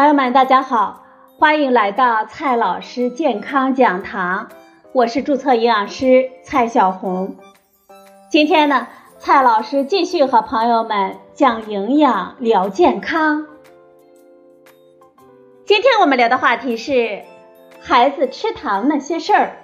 友们大家好，欢迎来到蔡老师健康讲堂，我是注册营养师蔡小红。今天呢，蔡老师继续和朋友们讲营养聊健康。今天我们聊的话题是孩子吃糖那些事儿。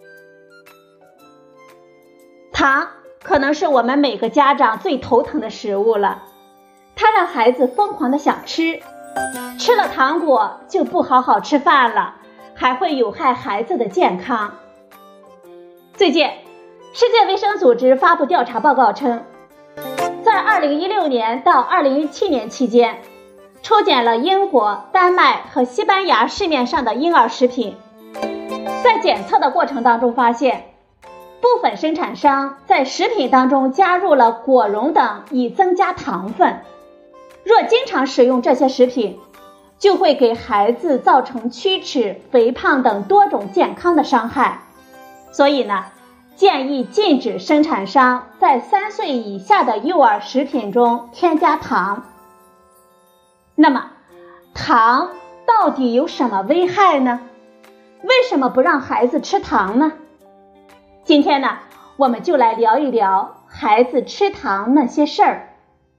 糖可能是我们每个家长最头疼的食物了，它让孩子疯狂的想吃，吃了糖果就不好好吃饭了，还会有害孩子的健康。最近，世界卫生组织发布调查报告称，在2016年到2017年期间，抽检了英国、丹麦和西班牙市面上的婴儿食品，在检测的过程当中发现，部分生产商在食品当中加入了果蓉等以增加糖分。若经常使用这些食品，就会给孩子造成龋齿、肥胖等多种健康的伤害。所以呢，建议禁止生产商在3岁以下的幼儿食品中添加糖。那么，糖到底有什么危害呢？为什么不让孩子吃糖呢？今天呢，我们就来聊一聊孩子吃糖那些事儿。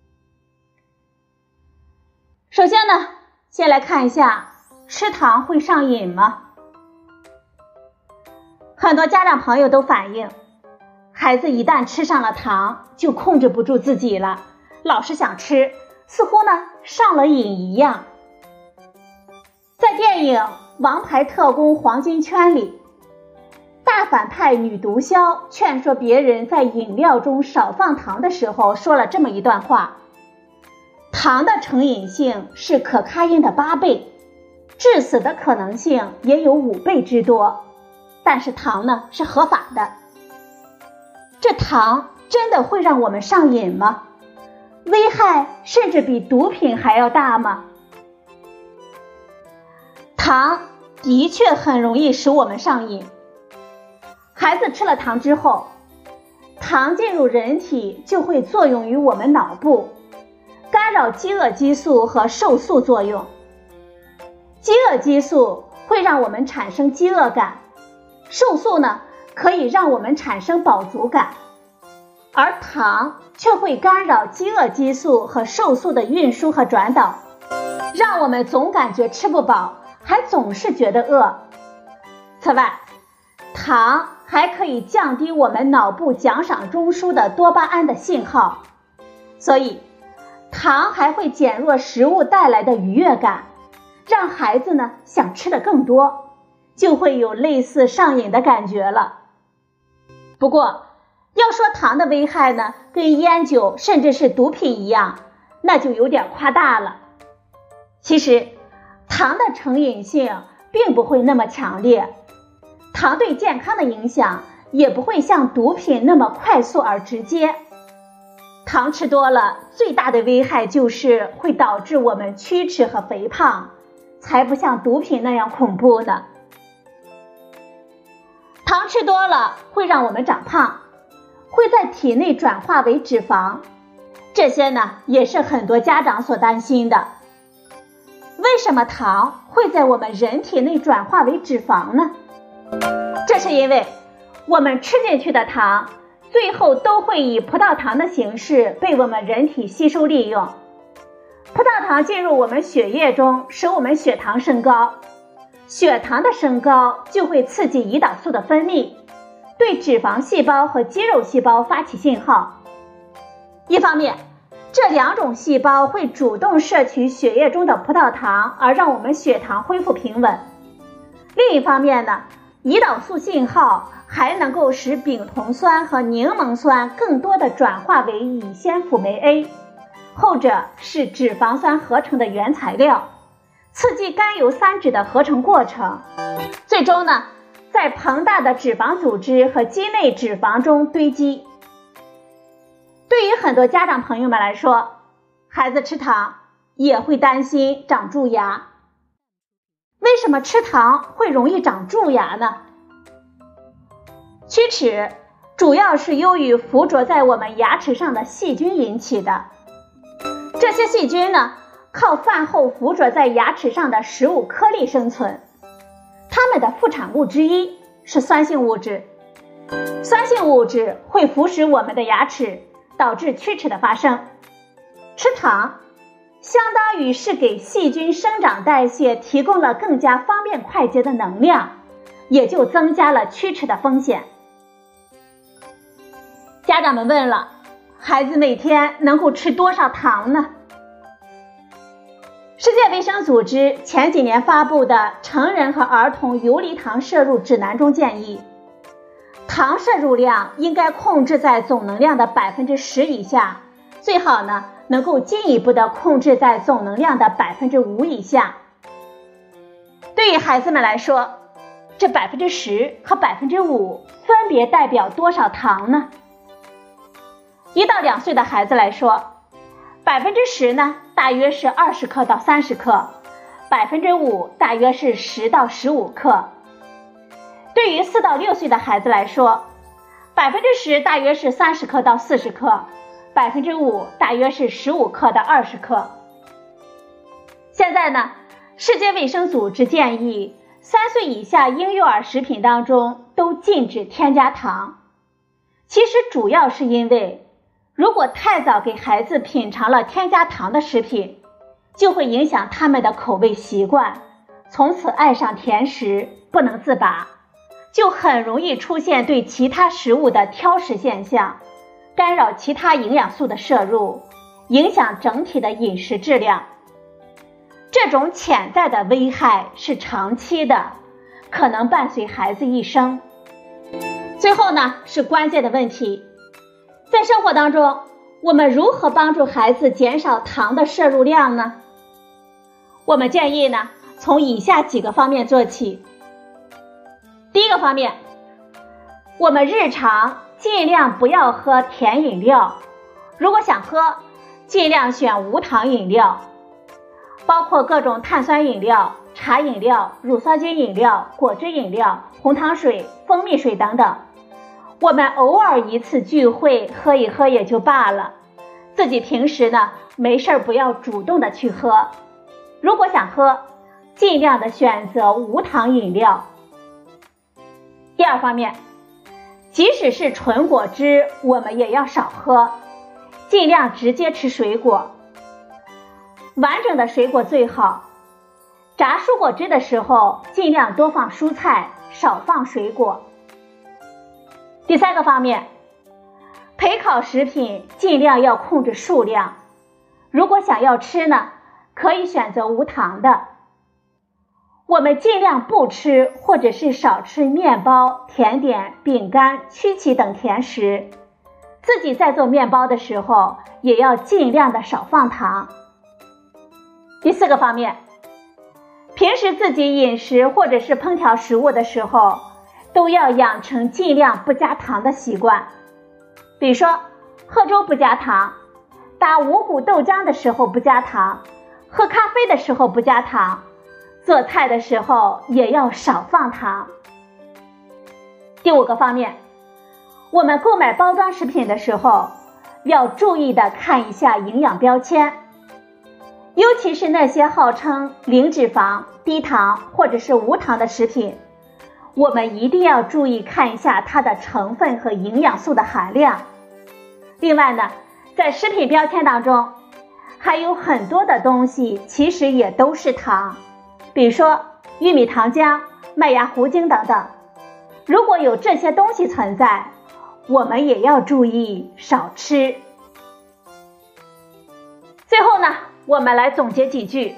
首先呢，先来看一下，吃糖会上瘾吗？很多家长朋友都反映，孩子一旦吃上了糖，就控制不住自己了，老是想吃，似乎呢上了瘾一样。在电影《王牌特工黄金圈》里，大反派女毒枭劝说别人在饮料中少放糖的时候，说了这么一段话：糖的成瘾性是可卡因的8倍，致死的可能性也有5倍之多。但是糖呢是合法的。这糖真的会让我们上瘾吗？危害甚至比毒品还要大吗？糖的确很容易使我们上瘾。孩子吃了糖之后，糖进入人体就会作用于我们脑部，干扰饥饿激素和瘦素作用。饥饿激素会让我们产生饥饿感，瘦素呢可以让我们产生饱足感，而糖却会干扰饥饿激素和瘦素的运输和转导，让我们总感觉吃不饱，还总是觉得饿。此外，糖还可以降低我们脑部奖赏中枢的多巴胺的信号，所以糖还会减弱食物带来的愉悦感，让孩子呢想吃的更多，就会有类似上瘾的感觉了。不过要说糖的危害呢，跟烟酒甚至是毒品一样，那就有点夸大了。其实糖的成瘾性并不会那么强烈，糖对健康的影响也不会像毒品那么快速而直接。糖吃多了，最大的危害就是会导致我们龋齿和肥胖，才不像毒品那样恐怖呢。糖吃多了会让我们长胖，会在体内转化为脂肪，这些呢也是很多家长所担心的。为什么糖会在我们人体内转化为脂肪呢？这是因为我们吃进去的糖最后都会以葡萄糖的形式被我们人体吸收利用。葡萄糖进入我们血液中，使我们血糖升高，血糖的升高就会刺激胰岛素的分泌，对脂肪细胞和肌肉细胞发起信号。一方面，这2种细胞会主动摄取血液中的葡萄糖，而让我们血糖恢复平稳。另一方面呢，胰岛素信号还能够使丙酮酸和柠檬酸更多的转化为乙酰辅酶 A， 后者是脂肪酸合成的原材料，刺激甘油三酯的合成过程，最终呢，在庞大的脂肪组织和肌内脂肪中堆积。对于很多家长朋友们来说，孩子吃糖也会担心长蛀牙。为什么吃糖会容易长蛀牙呢？龋齿主要是由于附着在我们牙齿上的细菌引起的。这些细菌呢， 靠饭后附着在牙齿上的食物颗粒生存，它们的副产物之一是酸性物质。酸性物质会腐蚀我们的牙齿，导致龋齿的发生。吃糖相当于是给细菌生长代谢提供了更加方便快捷的能量，也就增加了龋齿的风险。家长们问了，孩子每天能够吃多少糖呢？世界卫生组织前几年发布的成人和儿童游离糖摄入指南中建议，糖摄入量应该控制在总能量的 10% 以下，最好呢能够进一步的控制在总能量的 5% 以下。对于孩子们来说，这 10% 和 5% 分别代表多少糖呢？1到2岁的孩子来说，10%呢大约是20克到30克，5% 大约是10到15克。对于4到6岁的孩子来说，10%大约是30克到40克，5% 大约是15克到20克。现在呢，世界卫生组织建议3岁以下婴幼儿食品当中都禁止添加糖。其实主要是因为如果太早给孩子品尝了添加糖的食品，就会影响他们的口味习惯，从此爱上甜食不能自拔，就很容易出现对其他食物的挑食现象，干扰其他营养素的摄入，影响整体的饮食质量。这种潜在的危害是长期的，可能伴随孩子一生。最后呢，是关键的问题，在生活当中，我们如何帮助孩子减少糖的摄入量呢？我们建议呢，从以下几个方面做起。第一个方面，我们日常尽量不要喝甜饮料，如果想喝，尽量选无糖饮料，包括各种碳酸饮料、茶饮料、乳酸菌饮料、果汁饮料、红糖水、蜂蜜水等等。我们偶尔一次聚会喝一喝也就罢了，自己平时呢没事不要主动的去喝。如果想喝，尽量的选择无糖饮料。第二方面，即使是纯果汁，我们也要少喝，尽量直接吃水果。完整的水果最好，榨蔬果汁的时候尽量多放蔬菜，少放水果。第三个方面，焙烤食品尽量要控制数量，如果想要吃呢，可以选择无糖的。我们尽量不吃或者是少吃面包、甜点、饼干、曲奇等甜食，自己在做面包的时候也要尽量的少放糖。第四个方面，平时自己饮食或者是烹调食物的时候，都要养成尽量不加糖的习惯。比如说喝粥不加糖，打五谷豆浆的时候不加糖，喝咖啡的时候不加糖，做菜的时候也要少放糖。第五个方面，我们购买包装食品的时候要注意的看一下营养标签，尤其是那些号称零脂肪、低糖或者是无糖的食品，我们一定要注意看一下它的成分和营养素的含量。另外呢，在食品标签当中还有很多的东西其实也都是糖，比如说玉米糖浆、麦芽糊精等等。如果有这些东西存在，我们也要注意少吃。最后呢，我们来总结几句。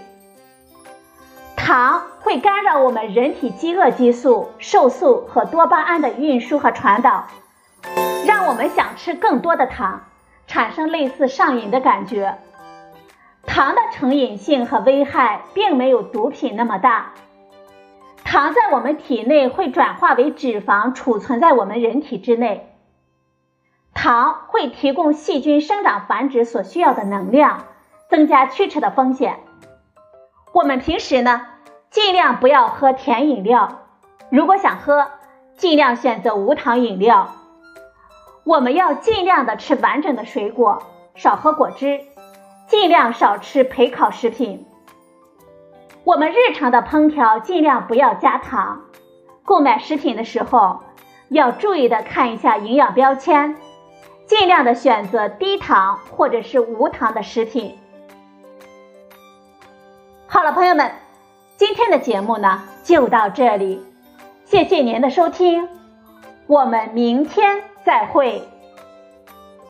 糖会干扰我们人体饥饿激素、瘦素和多巴胺的运输和传导，让我们想吃更多的糖，产生类似上瘾的感觉。糖的成瘾性和危害并没有毒品那么大。糖在我们体内会转化为脂肪，储存在我们人体之内。糖会提供细菌生长繁殖所需要的能量，增加龋齿的风险。我们平时呢，尽量不要喝甜饮料，如果想喝，尽量选择无糖饮料。我们要尽量的吃完整的水果，少喝果汁， 尽量少吃焙烤食品。我们日常的烹调尽量不要加糖，购买食品的时候要注意的看一下营养标签，尽量的选择低糖或者是无糖的食品。好了，朋友们，今天的节目呢就到这里，谢谢您的收听，我们明天再会。